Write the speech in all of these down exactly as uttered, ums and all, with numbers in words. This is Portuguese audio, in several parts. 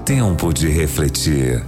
Tempo de refletir.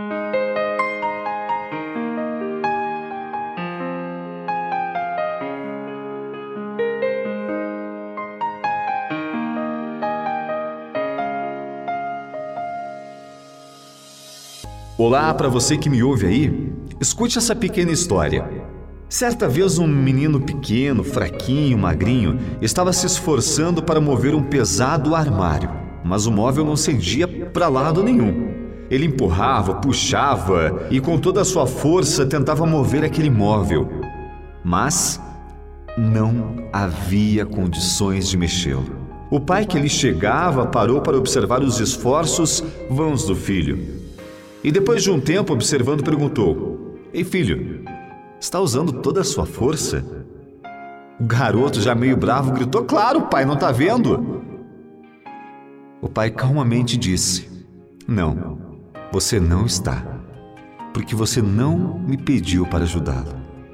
Olá para você que me ouve aí. Escute essa pequena história. Certa vez um menino pequeno, fraquinho, magrinho, estava se esforçando para mover um pesado armário, mas o móvel não cedia para lado nenhum. Ele empurrava, puxava e com toda a sua força tentava mover aquele móvel, mas não havia condições de mexê-lo. O pai que ali chegava parou para observar os esforços vãos do filho. E depois de um tempo observando, perguntou: Ei, filho, está usando toda a sua força? O garoto, já meio bravo, gritou: Claro, pai, não está vendo? O pai calmamente disse: Não, você não está, porque você não me pediu para ajudá-lo.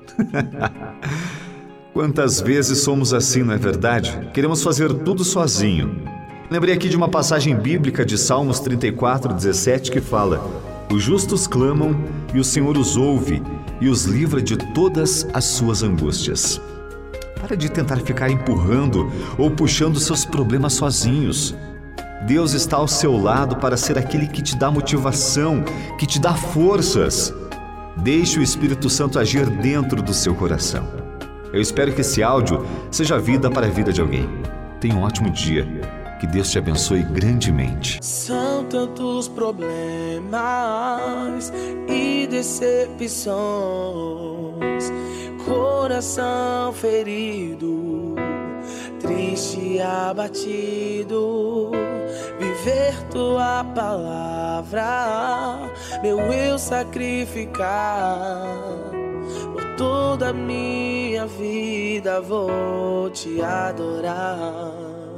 Quantas vezes somos assim, não é verdade? Queremos fazer tudo sozinho. Lembrei aqui de uma passagem bíblica de Salmos trinta e quatro, dezessete, que fala: Os justos clamam e o Senhor os ouve e os livra de todas as suas angústias. Para de tentar ficar empurrando ou puxando seus problemas sozinhos. Deus está ao seu lado para ser aquele que te dá motivação, que te dá forças. Deixe o Espírito Santo agir dentro do seu coração. Eu espero que esse áudio seja vida para a vida de alguém. Tenha um ótimo dia. Que Deus te abençoe grandemente. São tantos problemas e decepções, coração ferido, triste e abatido. Viver tua palavra, meu eu sacrificar. Por toda a minha vida vou te adorar.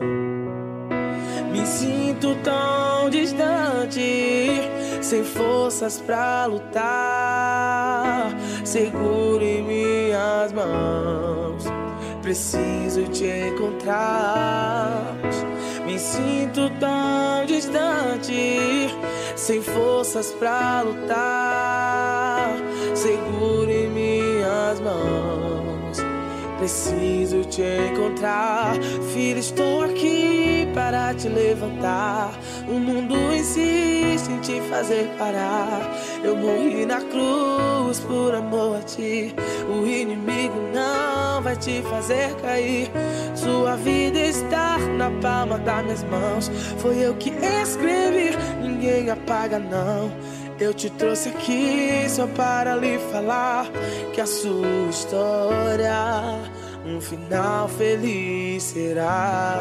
Me sinto tão distante, sem forças pra lutar. Seguro em minhas mãos, preciso te encontrar. Me sinto tão distante, sem forças pra lutar. Seguro em minhas mãos, preciso te encontrar. Filho, estou aqui para te levantar. O mundo insiste em te fazer parar. Eu morri na cruz por amor a ti. O inimigo não vai te fazer cair. Sua vida está na palma das minhas mãos. Foi eu que escrevi, ninguém apaga não. Eu te trouxe aqui só para lhe falar que a sua história um final feliz será.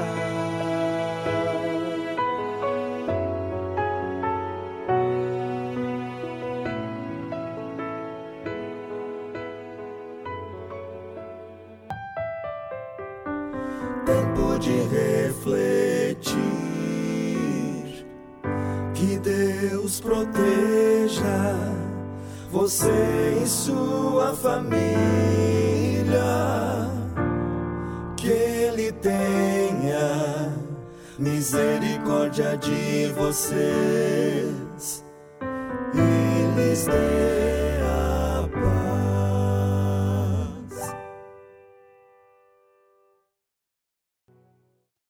Tempo de refletir. Que Deus proteja você e sua família. Que Ele tenha misericórdia de vocês e lhes dê